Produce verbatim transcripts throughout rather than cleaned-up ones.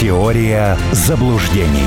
Теория заблуждений.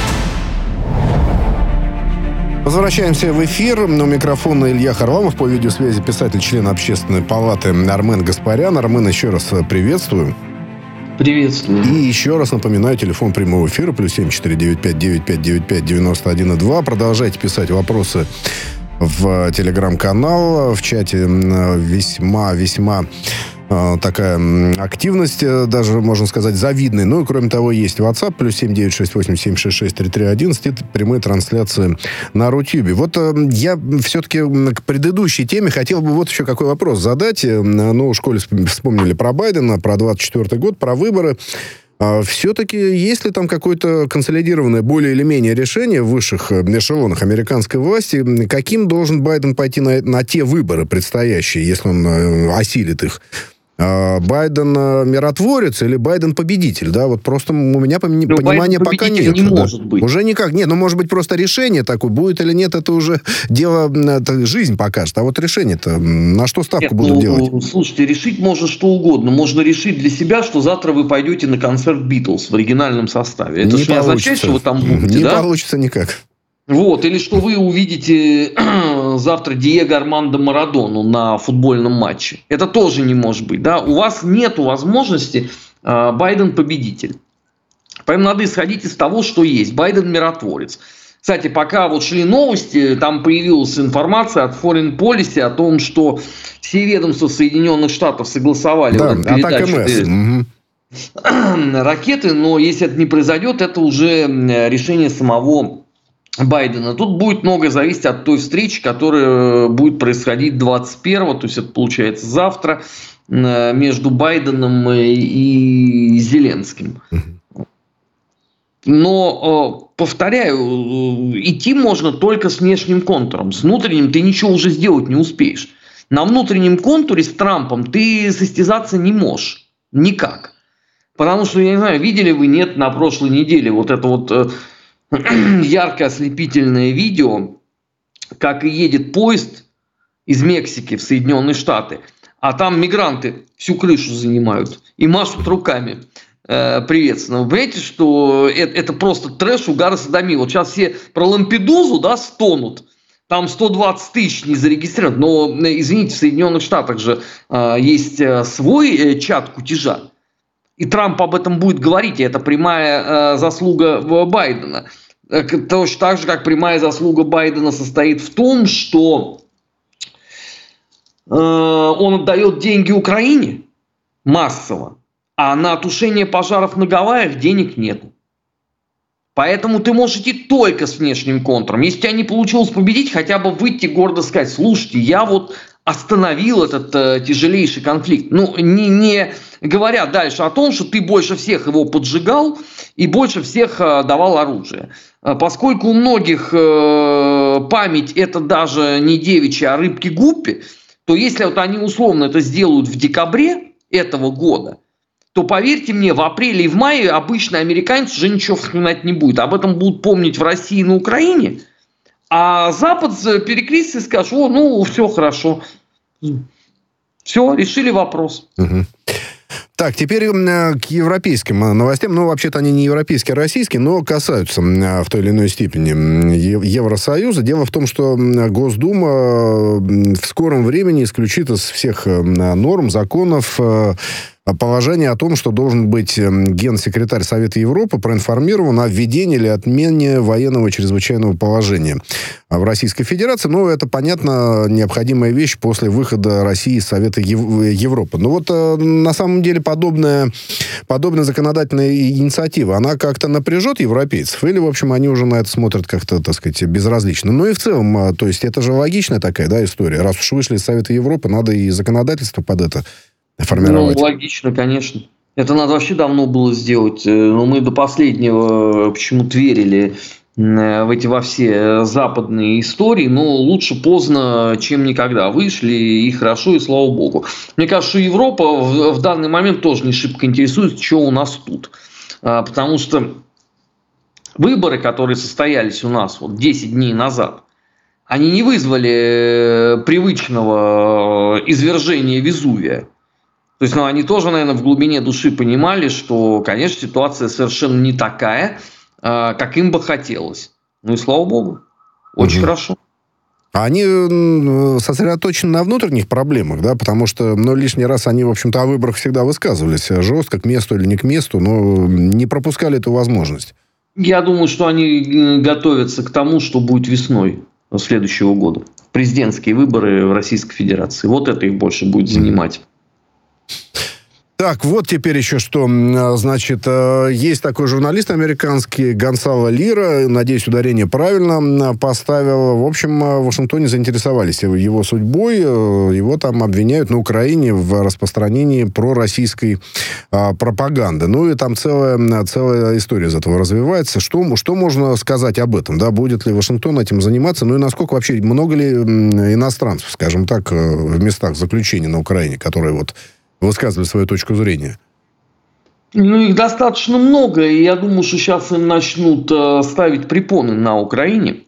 Возвращаемся в эфир. У микрофона Илья Харламов, по видеосвязи писатель, член Общественной палаты Армен Гаспарян. Армен, еще раз приветствую. Приветствую. И еще раз напоминаю, телефон прямого эфира плюс семь четыре девять пять девять пять девять пять девяносто один и два. Продолжайте писать вопросы в телеграм-канал. В чате весьма-весьма такая активность, даже, можно сказать, завидная. Ну и, кроме того, есть WhatsApp, плюс семь девять шесть восемь семь шесть шесть три три одиннадцать. Это прямые трансляции на Рутюбе. Вот я все-таки к предыдущей теме хотел бы вот еще какой вопрос задать. Ну, в школе вспомнили про Байдена, про двадцать четвёртый год, про выборы. Все-таки есть ли там какое-то консолидированное более или менее решение в высших эшелонах американской власти? Каким должен Байден пойти на, на те выборы предстоящие, если он осилит их? Байден миротворец или Байден победитель, да? Вот просто у меня пони- понимания пока нет. Не да. может быть. Уже никак. Нет, ну, может быть, просто решение такое, будет или нет, это уже дело, это жизнь покажет. А вот решение-то, на что ставку нет, будут ну, делать? Слушайте, решить можно что угодно. Можно решить для себя, что завтра вы пойдете на концерт Битлз в оригинальном составе. Это не же не означает, что вы там будете, не да? Не получится никак. Вот, или что вы увидите завтра Диего Армандо Марадону на футбольном матче. Это тоже не может быть. Да? У вас нет возможности э, Байден победитель. Поэтому надо исходить из того, что есть. Байден миротворец. Кстати, пока вот шли новости, там появилась информация от Foreign Policy о том, что все ведомства Соединенных Штатов согласовали да, вот эту передачу угу. ракеты, но если это не произойдет, это уже решение самого Байдена. Тут будет многое зависеть от той встречи, которая будет происходить двадцать первого, то есть это получается завтра, между Байденом и Зеленским. Но, повторяю, идти можно только с внешним контуром. С внутренним ты ничего уже сделать не успеешь. На внутреннем контуре с Трампом ты состязаться не можешь. Никак. Потому что, я не знаю, видели вы, нет, на прошлой неделе вот это вот яркое ослепительное видео, как и едет поезд из Мексики в Соединенные Штаты, а там мигранты всю крышу занимают и машут руками э, приветственно. Вы понимаете, что это, это просто трэш, угар и садомия. Вот сейчас все про Лампедузу, да, стонут. Там сто двадцать тысяч не зарегистрировано. Но, извините, в Соединенных Штатах же э, есть свой э, чат кутежа. И Трамп об этом будет говорить, и это прямая э, заслуга Байдена. Точно так же, как прямая заслуга Байдена состоит в том, что э, он отдает деньги Украине массово, а на тушение пожаров на Гавайях денег нет. Поэтому ты можешь идти только с внешним контуром. Если у тебя не получилось победить, хотя бы выйти гордо сказать: слушайте, я вот остановил этот э, тяжелейший конфликт. Ну, не, не говоря дальше о том, что ты больше всех его поджигал и больше всех э, давал оружие. Э, поскольку у многих э, память это даже не девичья, а рыбки Гуппи, то если вот они условно это сделают в декабре этого года, то, поверьте мне, в апреле и в мае обычный американец уже ничего вспоминать не будет. Об этом будут помнить в России и на Украине. А Запад перекрестится и скажет: о, ну, все хорошо. Все, решили вопрос. Угу. Так, теперь к европейским новостям. Ну, вообще-то они не европейские, а российские, но касаются в той или иной степени Евросоюза. Дело в том, что Госдума в скором времени исключит из всех норм, законов положение о том, что должен быть генсекретарь Совета Европы проинформирован о введении или отмене военного чрезвычайного положения в Российской Федерации. Ну, это, понятно, необходимая вещь после выхода России из Совета Европы. Но вот на самом деле подобная, подобная законодательная инициатива, она как-то напряжет европейцев? Или, в общем, они уже на это смотрят как-то, так сказать, безразлично? Ну и в целом, то есть это же логичная такая, да, история. Раз уж вышли из Совета Европы, надо и законодательство под это формировать. Ну, логично, конечно. Это надо вообще давно было сделать. Но мы до последнего почему-то верили в эти во все западные истории. Но лучше поздно, чем никогда. Вышли, и хорошо, и слава богу. Мне кажется, что Европа в, в данный момент тоже не шибко интересуется, что у нас тут. Потому что выборы, которые состоялись у нас вот десять дней назад, они не вызвали привычного извержения Везувия. То есть, ну, они тоже, наверное, в глубине души понимали, что, конечно, ситуация совершенно не такая, как им бы хотелось. Ну и слава богу. Очень угу. хорошо. Они сосредоточены на внутренних проблемах, да, потому что, ну, лишний раз они, в общем-то, о выборах всегда высказывались жестко, к месту или не к месту, но не пропускали эту возможность. Я думаю, что они готовятся к тому, что будет весной следующего года. Президентские выборы в Российской Федерации. Вот это их больше будет занимать. Так, вот теперь еще что. Значит, есть такой журналист американский Гонсало Лира, надеюсь, ударение правильно поставил. В общем, в Вашингтоне заинтересовались его судьбой. Его там обвиняют на Украине в распространении пророссийской а, пропаганды. Ну и там целая, целая история из этого развивается. Что, что можно сказать об этом? Да? Будет ли Вашингтон этим заниматься? Ну и насколько вообще, много ли иностранцев, скажем так, в местах заключения на Украине, которые вот высказывали свою точку зрения? Ну, их достаточно много, и я думаю, что сейчас им начнут э, ставить препоны на Украине,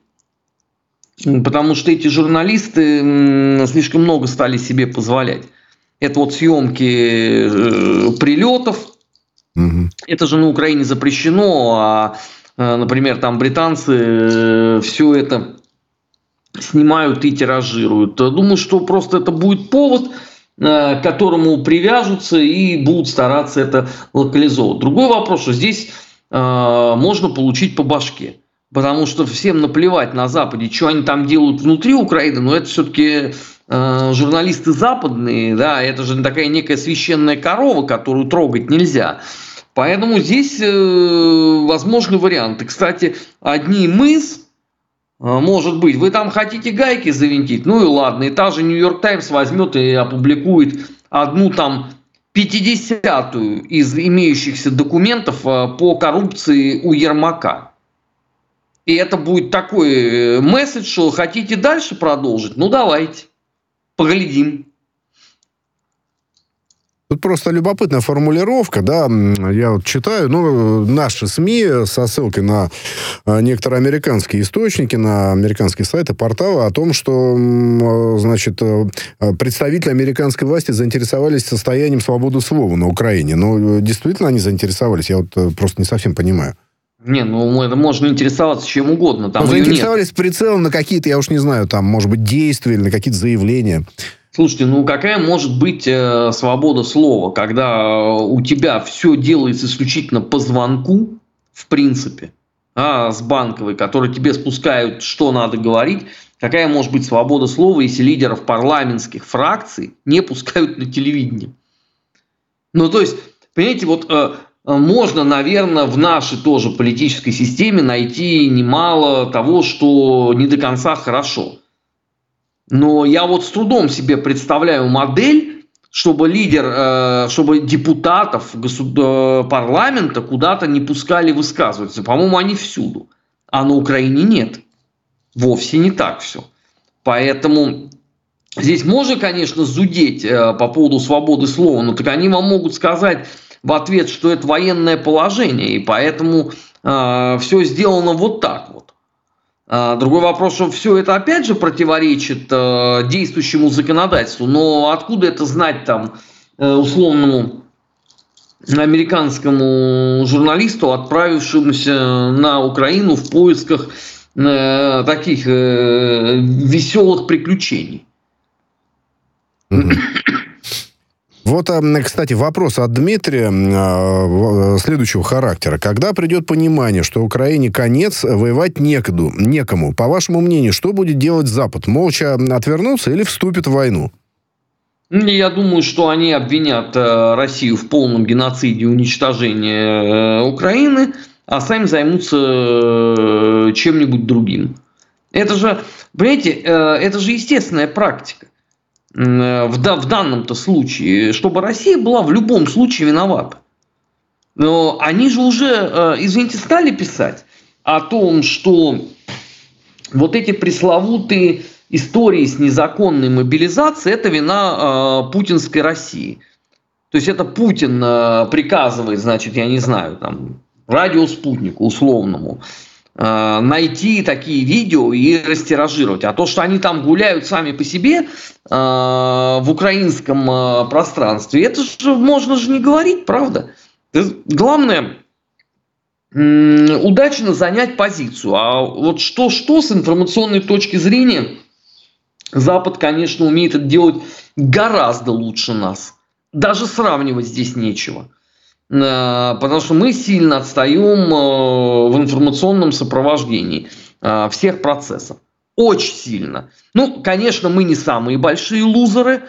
потому что эти журналисты э, слишком много стали себе позволять. Это вот съемки э, прилетов, угу. Это же на Украине запрещено, а, э, например, там британцы э, все это снимают и тиражируют. Думаю, что просто это будет повод, к которому привяжутся и будут стараться это локализовать. Другой вопрос, что здесь э, можно получить по башке. Потому что всем наплевать на Западе, что они там делают внутри Украины, но это все-таки э, журналисты западные, да, это же такая некая священная корова, которую трогать нельзя. Поэтому здесь э, возможны варианты. Кстати, одни мыс, может быть, вы там хотите гайки завинтить, ну и ладно, и та же Нью-Йорк Таймс возьмет и опубликует одну там пятидесятую из имеющихся документов по коррупции у Ермака. И это будет такой месседж, что хотите дальше продолжить, ну давайте, поглядим. Тут просто любопытная формулировка, да, я вот читаю, ну, наши СМИ со ссылкой на некоторые американские источники, на американские сайты, порталы о том, что, значит, представители американской власти заинтересовались состоянием свободы слова на Украине. Ну, действительно они заинтересовались? Я вот просто не совсем понимаю. Не, ну, это можно интересоваться чем угодно. Там ну, заинтересовались прицелом на какие-то, я уж не знаю, там, может быть, действия или на какие-то заявления. Слушайте, ну какая может быть э, свобода слова, когда у тебя все делается исключительно по звонку, в принципе, а, с банковой, которые тебе спускают, что надо говорить. Какая может быть свобода слова, если лидеров парламентских фракций не пускают на телевидение? Ну, то есть, понимаете, вот э, можно, наверное, в нашей тоже политической системе найти немало того, что не до конца хорошо. Но я вот с трудом себе представляю модель, чтобы лидер, чтобы депутатов парламента куда-то не пускали высказываться. По-моему, они всюду. А на Украине нет. Вовсе не так все. Поэтому здесь можно, конечно, зудеть по поводу свободы слова, но так они вам могут сказать в ответ, что это военное положение, и поэтому все сделано вот так вот. Другой вопрос, что все это опять же противоречит э, действующему законодательству, но откуда это знать там э, условному американскому журналисту, отправившемуся на Украину в поисках э, таких э, веселых приключений? Mm-hmm. Вот, кстати, вопрос от Дмитрия следующего характера. Когда придет понимание, что Украине конец, воевать некогда, некому? По вашему мнению, что будет делать Запад? Молча отвернуться или вступит в войну? Я думаю, что они обвинят Россию в полном геноциде и уничтожении Украины, а сами займутся чем-нибудь другим. Это же, понимаете, это же естественная практика. В, в данном-то случае, чтобы Россия была в любом случае виновата. Но они же уже, извините, стали писать о том, что вот эти пресловутые истории с незаконной мобилизацией – это вина путинской России. То есть это Путин приказывает, значит, я не знаю, там, радиоспутнику условному, э, найти такие видео и растиражировать. А то, что они там гуляют сами по себе э, в украинском э, пространстве, это же можно же не говорить, правда? Главное э, удачно занять позицию. А вот что-что с информационной точки зрения Запад, конечно, умеет это делать гораздо лучше нас. Даже сравнивать здесь нечего. Потому что мы сильно отстаем в информационном сопровождении всех процессов. Очень сильно. Ну, конечно, мы не самые большие лузеры.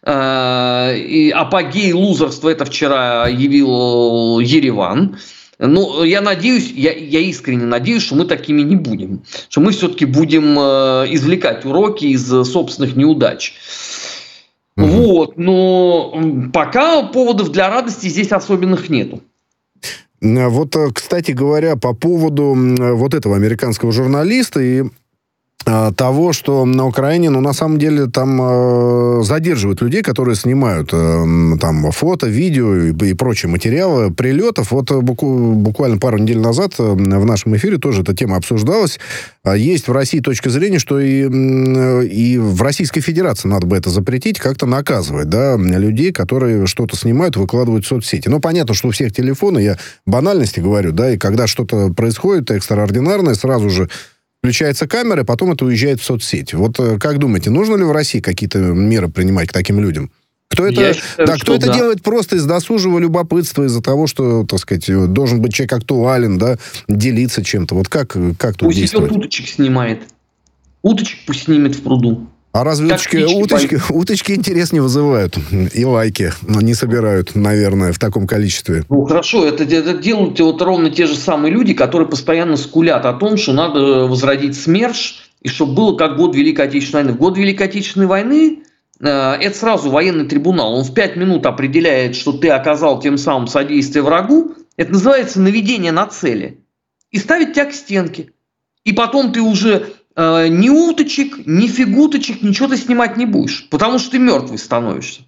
И апогей лузерства это вчера явил Ереван. Ну, я надеюсь, я, я искренне надеюсь, что мы такими не будем. Что мы все-таки будем извлекать уроки из собственных неудач. Угу. Вот, но пока поводов для радости здесь особенных нету. Вот, кстати говоря, по поводу вот этого американского журналиста и того, что на Украине, ну, на самом деле, там э, задерживают людей, которые снимают э, там фото, видео и, и прочие материалы прилетов. Вот буку, буквально пару недель назад в нашем эфире тоже эта тема обсуждалась. Есть в России точка зрения, что и, и в Российской Федерации надо бы это запретить, как-то наказывать, да, людей, которые что-то снимают, выкладывают в соцсети. Ну, понятно, что у всех телефоны, я банальности говорю, да, и когда что-то происходит экстраординарное, сразу же включается камера, и потом это уезжает в соцсети. Вот как думаете, нужно ли в России какие-то меры принимать к таким людям? Кто это, считаю, да, кто это да. делает просто из досужего любопытства, из-за того, что, так сказать, должен быть человек актуален, да, делиться чем-то. Вот как, как тут пусть действовать? Пусть идет уточек снимает. Уточек пусть снимет в пруду. А разве уточки, уточки, уточки интерес не вызывают? И лайки не собирают, наверное, в таком количестве. Ну, хорошо, это, это делают вот ровно те же самые люди, которые постоянно скулят о том, что надо возродить СМЕРШ, и чтобы было как год Великой Отечественной войны. В год Великой Отечественной войны э, это сразу военный трибунал. Он в пять минут определяет, что ты оказал тем самым содействие врагу. Это называется наведение на цели. И ставит тебя к стенке. И потом ты уже... Ни уточек, ни фигуточек, ничего ты снимать не будешь, потому что ты мертвый становишься.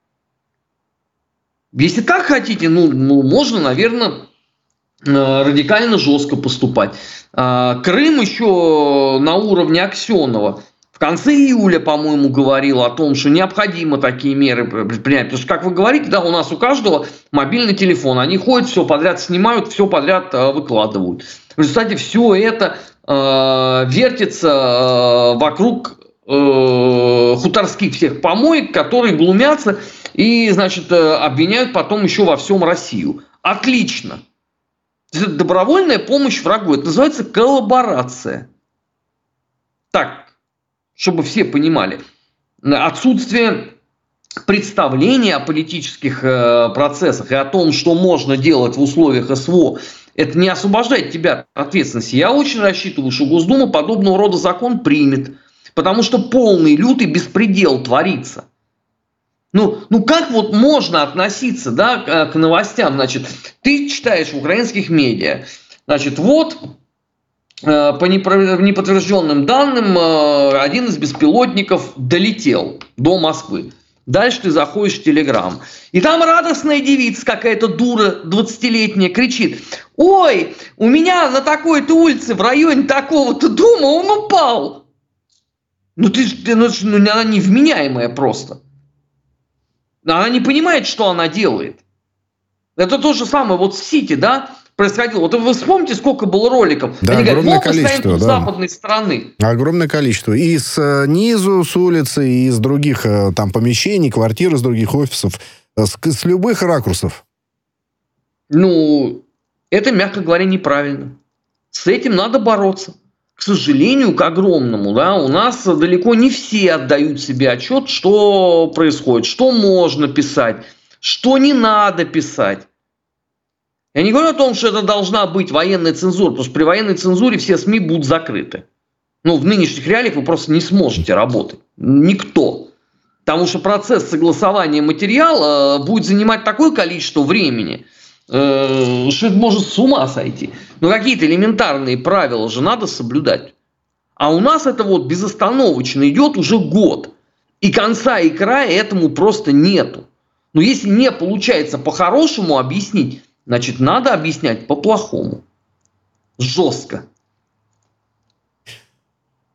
Если так хотите, ну, ну можно, наверное, радикально жестко поступать. Крым еще на уровне Аксенова в конце июля, по-моему, говорил о том, что необходимо такие меры предпринять. Потому что, как вы говорите, да, у нас у каждого мобильный телефон. Они ходят, все подряд снимают, все подряд выкладывают. В результате все это э, вертится э, вокруг э, хуторских всех помоек, которые глумятся и, значит, э, обвиняют потом еще во всем Россию. Отлично. Это добровольная помощь врагу. Это называется коллаборация. Так, чтобы все понимали. Отсутствие представления о политических э, процессах и о том, что можно делать в условиях СВО, это не освобождает тебя от ответственности. Я очень рассчитываю, что Госдума подобного рода закон примет, потому что полный лютый беспредел творится. Ну, ну как вот можно относиться, да, к новостям? Значит, ты читаешь в украинских медиа, значит, вот э, по неподтвержденным данным э, один из беспилотников долетел до Москвы. Дальше ты заходишь в Телеграм. И там радостная девица, какая-то дура двадцатилетняя, кричит: ой, у меня на такой-то улице в районе такого-то дома он упал. Ну, ты, ты, ну, она невменяемая просто. Она не понимает, что она делает. Это то же самое вот в Сити, да, происходило. Вот вы вспомните, сколько было роликов. Да, они огромное говорят, вот мы стоим тут да. с западной стороны. Огромное количество. И снизу, с улицы, и из других там помещений, квартир, из других офисов. С, с любых ракурсов. Ну, это, мягко говоря, неправильно. С этим надо бороться. К сожалению, к огромному, да, у нас далеко не все отдают себе отчет, что происходит, что можно писать, что не надо писать. Я не говорю о том, что это должна быть военная цензура, потому что при военной цензуре все СМИ будут закрыты. Ну, в нынешних реалиях вы просто не сможете работать. Никто. Потому что процесс согласования материала будет занимать такое количество времени, что это может с ума сойти. Но какие-то элементарные правила же надо соблюдать. А у нас это вот безостановочно идет уже год. И конца и края этому просто нету. Но если не получается по-хорошему объяснить, значит, надо объяснять по-плохому. Жестко.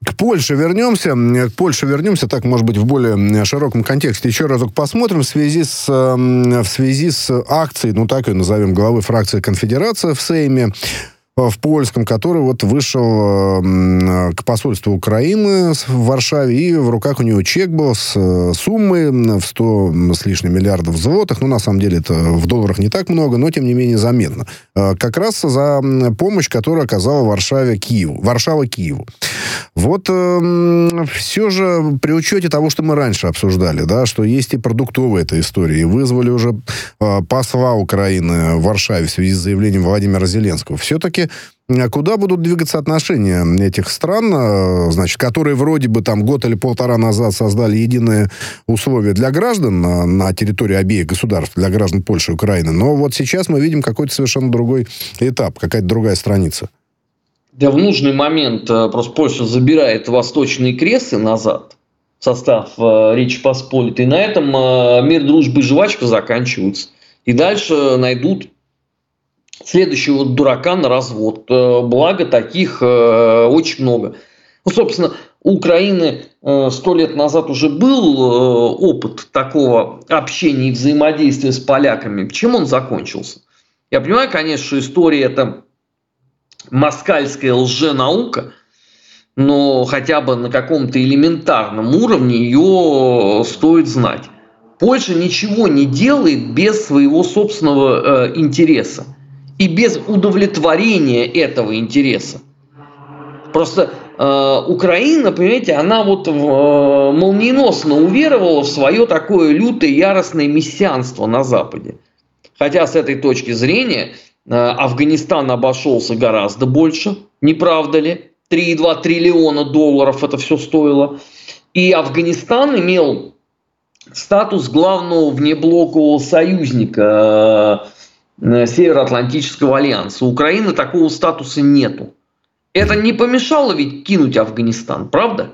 К Польше вернемся. К Польше вернемся, так, может быть, в более широком контексте. Еще разок посмотрим в связи с, в связи с акцией, ну, так ее назовем, главы фракции «Конфедерация» в Сейме, в польском, который вот вышел к посольству Украины в Варшаве, и в руках у него чек был с суммой в сто с лишним миллиардов злотых. Ну, на самом деле, это в долларах не так много, но, тем не менее, заметно. Как раз за помощь, которую оказала Варшаве Киеву. Варшава Киеву. Вот э, все же при учете того, что мы раньше обсуждали, да, что есть и продуктовая эта история, и вызвали уже э, посла Украины в Варшаве в связи с заявлением Владимира Зеленского, все-таки куда будут двигаться отношения этих стран, значит, которые вроде бы там год или полтора назад создали единые условия для граждан на, на территории обеих государств, для граждан Польши и Украины, но вот сейчас мы видим какой-то совершенно другой этап, какая-то другая страница. Да, в нужный момент просто Польша забирает Восточные Кресы назад в состав э, Речи Посполитой. И на этом э, мир, дружба и жвачка заканчиваются. И дальше найдут следующего дурака на развод. Э, благо, таких э, очень много. Ну, собственно, у Украины сто э, лет назад уже был э, опыт такого общения и взаимодействия с поляками. Чем он закончился? Я понимаю, конечно, что история это москальская лженаука, но хотя бы на каком-то элементарном уровне ее стоит знать. Польша ничего не делает без своего собственного э, интереса и без удовлетворения этого интереса. Просто э, Украина, понимаете, она вот э, молниеносно уверовала в свое такое лютое яростное мессианство на Западе. Хотя с этой точки зрения Афганистан обошелся гораздо больше, не правда ли? три и два триллиона долларов это все стоило. И Афганистан имел статус главного внеблокового союзника Североатлантического альянса. У Украины такого статуса нету. Это не помешало ведь кинуть Афганистан, правда?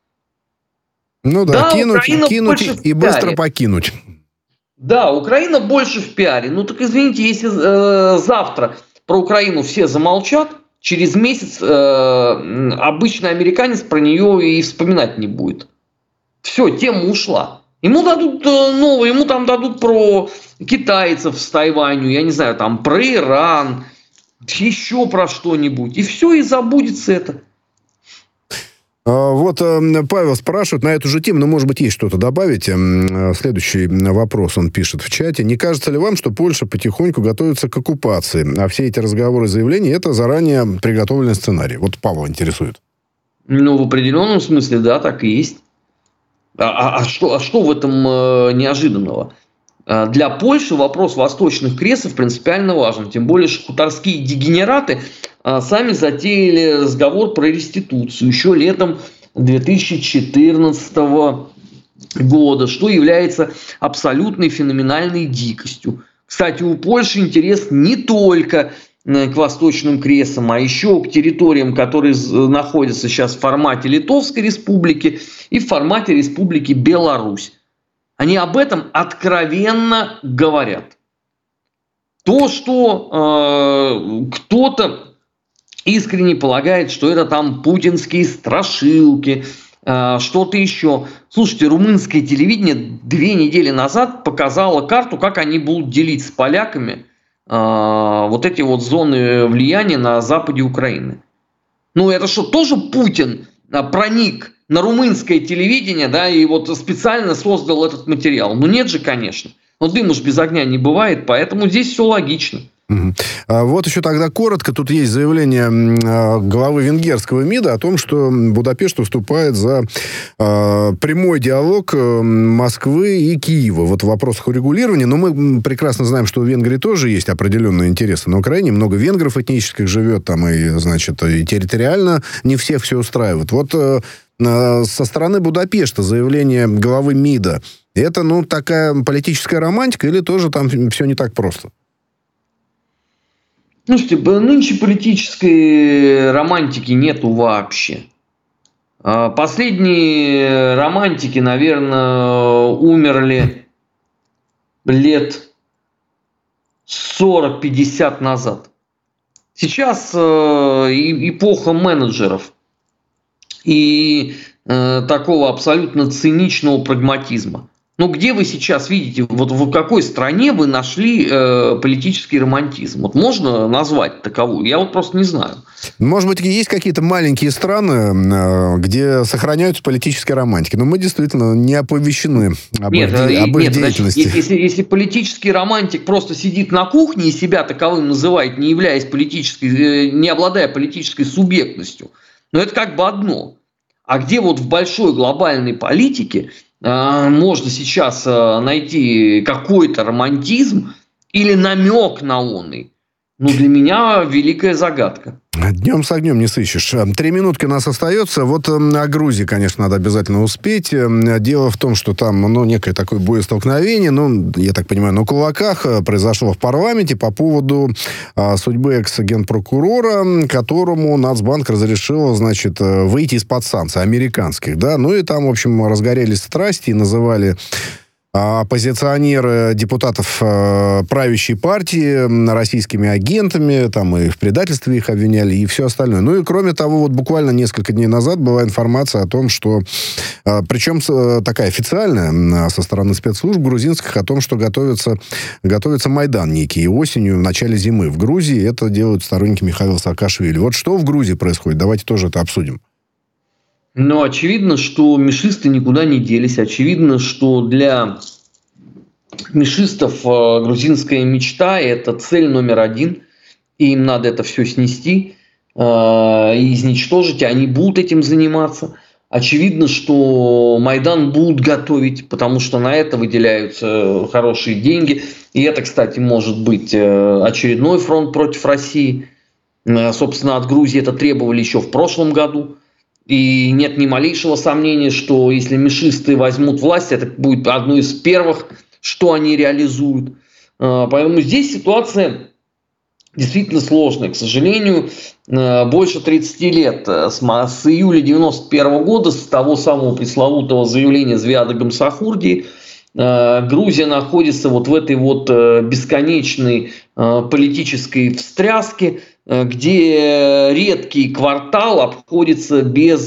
Ну да, да кинуть, кинуть и, и быстро пиаре. покинуть. Да, Украина больше в пиаре. Ну так извините, если э, завтра про Украину все замолчат, через месяц э, обычный американец про нее и вспоминать не будет. Все, тема ушла. Ему дадут э, новое, ему там дадут про китайцев с Тайванью, я не знаю, там про Иран, еще про что-нибудь. И все, и забудется это. Вот Павел спрашивает на эту же тему, но, может быть, есть что-то добавить. Следующий вопрос он пишет в чате. Не кажется ли вам, что Польша потихоньку готовится к оккупации? А все эти разговоры и заявления – это заранее приготовленный сценарий. Вот Павел интересует. Ну, в определенном смысле, да, так и есть. А, а, а, что, а что в этом э, неожиданного? Для Польши вопрос Восточных Кресов принципиально важен. Тем более, что хуторские дегенераты сами затеяли разговор про реституцию еще летом две тысячи четырнадцатого года, что является абсолютной феноменальной дикостью. Кстати, у Польши интерес не только к Восточным Кресам, а еще к территориям, которые находятся сейчас в формате Литовской Республики и в формате Республики Беларусь. Они об этом откровенно говорят. То, что э, кто-то искренне полагает, что это там путинские страшилки, э, что-то еще. Слушайте, румынское телевидение две недели назад показало карту, как они будут делить с поляками э, вот эти вот зоны влияния на западе Украины. Ну, это что, тоже Путин проник на румынское телевидение, да, и вот специально создал этот материал? Ну, нет же, конечно. Но дыма ж без огня не бывает, поэтому здесь все логично. Угу. А вот еще тогда коротко. Тут есть заявление главы венгерского МИДа о том, что Будапешт выступает за э, прямой диалог Москвы и Киева вот в вопросах урегулирования. Но мы прекрасно знаем, что в Венгрии тоже есть определенные интересы на Украине. Много венгров этнических живет там, и, значит, и территориально не всех все устраивает. Вот э, со стороны Будапешта заявление главы МИДа, это, ну, такая политическая романтика или тоже там все не так просто? Слушайте, нынче политической романтики нету вообще. Последние романтики, наверное, умерли лет сорок-пятьдесят назад. Сейчас эпоха менеджеров. и э, такого абсолютно циничного прагматизма. Ну, где вы сейчас видите, вот в какой стране вы нашли э, политический романтизм? Вот можно назвать таковую? Я вот просто не знаю. Может быть, есть какие-то маленькие страны, где сохраняются политические романтики, но мы действительно не оповещены об нет, их, об их нет, деятельности. Значит, если, если политический романтик просто сидит на кухне и себя таковым называет, не являясь политической, не обладая политической субъектностью, ну, это как бы одно. А где вот в большой глобальной политике можно сейчас найти какой-то романтизм или намек на он? Ну, для меня великая загадка. Днем с огнем не сыщешь. Три минутки у нас остается. Вот о Грузии, конечно, надо обязательно успеть. Дело в том, что там, ну, некое такое боестолкновение, ну, я так понимаю, на кулаках произошло в парламенте по поводу а, судьбы экс-генпрокурора, которому Нацбанк разрешил, значит, выйти из-под санкций американских, да. Ну, и там, в общем, разгорелись страсти и называли оппозиционеры депутатов э, правящей партии российскими агентами, там и в предательстве их обвиняли, и все остальное. Ну и кроме того, вот буквально несколько дней назад была информация о том, что, э, причем э, такая официальная со стороны спецслужб грузинских, о том, что готовится, готовится Майдан некий осенью, в начале зимы в Грузии. Это делают сторонники Михаила Саакашвили. Вот что в Грузии происходит? Давайте тоже это обсудим. Но очевидно, что мишисты никуда не делись. Очевидно, что для мишистов грузинская мечта – это цель номер один. И им надо это все снести и изничтожить. И они будут этим заниматься. Очевидно, что Майдан будут готовить, потому что на это выделяются хорошие деньги. И это, кстати, может быть очередной фронт против России. Собственно, от Грузии это требовали еще в прошлом году. И нет ни малейшего сомнения, что если мишисты возьмут власть, это будет одно из первых, что они реализуют. Поэтому здесь ситуация действительно сложная. К сожалению, больше тридцати лет, с июля девяносто первого года, с того самого пресловутого заявления Звиада Гамсахурдии, Грузия находится вот в этой вот бесконечной политической встряске, где редкий квартал обходится без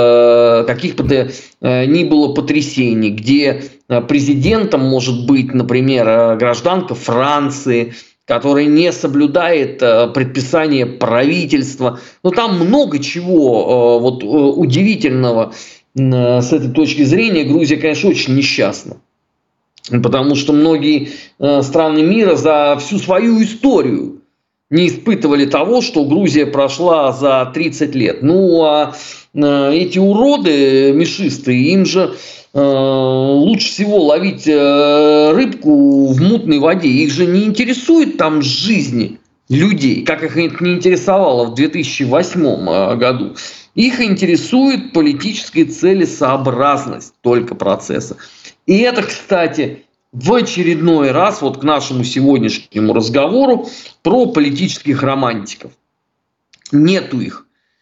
каких бы то ни было потрясений, где президентом может быть, например, гражданка Франции, которая не соблюдает предписания правительства. Но там много чего вот удивительного с этой точки зрения. Грузия, конечно, очень несчастна. Потому что многие страны мира за всю свою историю не испытывали того, что Грузия прошла за тридцать лет. Ну, а эти уроды, мишисты, им же э, лучше всего ловить э, рыбку в мутной воде. Их же не интересует там жизни людей, как их это не интересовало в две тысячи восьмом году. Их интересует политическая целесообразность только процесса. И это, кстати, в очередной раз вот к нашему сегодняшнему разговору про политических романтиков. Нету их.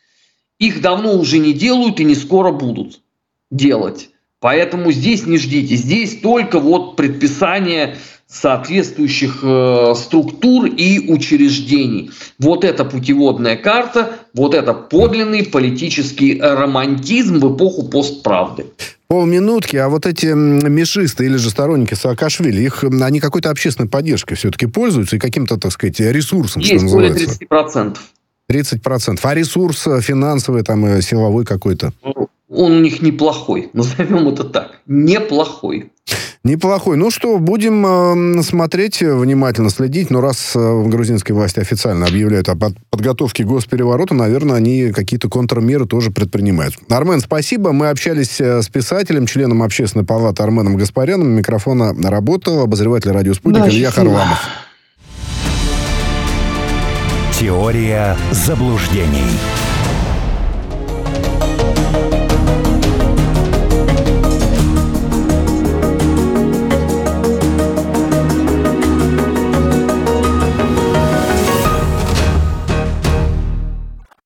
Их давно уже не делают и не скоро будут делать. Поэтому здесь не ждите. Здесь только вот предписание соответствующих э, структур и учреждений. Вот это путеводная карта, вот это подлинный политический романтизм в эпоху постправды. Полминутки, а вот эти мишисты или же сторонники Саакашвили, их, они какой-то общественной поддержкой все-таки пользуются и каким-то, так сказать, ресурсом, есть, что более называется? тридцать процентов. тридцать процентов. А ресурс финансовый, там, силовой какой-то? Он у них неплохой, назовем это так, неплохой. Неплохой. Ну что, будем э, смотреть, внимательно следить. Но раз э, грузинские власти официально объявляют о под- подготовке госпереворота, наверное, они какие-то контрмеры тоже предпринимают. Армен, спасибо. Мы общались с писателем, членом Общественной палаты Арменом Гаспаряном. Микрофона работал обозреватель «Радио Спутник» да, Илья Харламов. Теория заблуждений.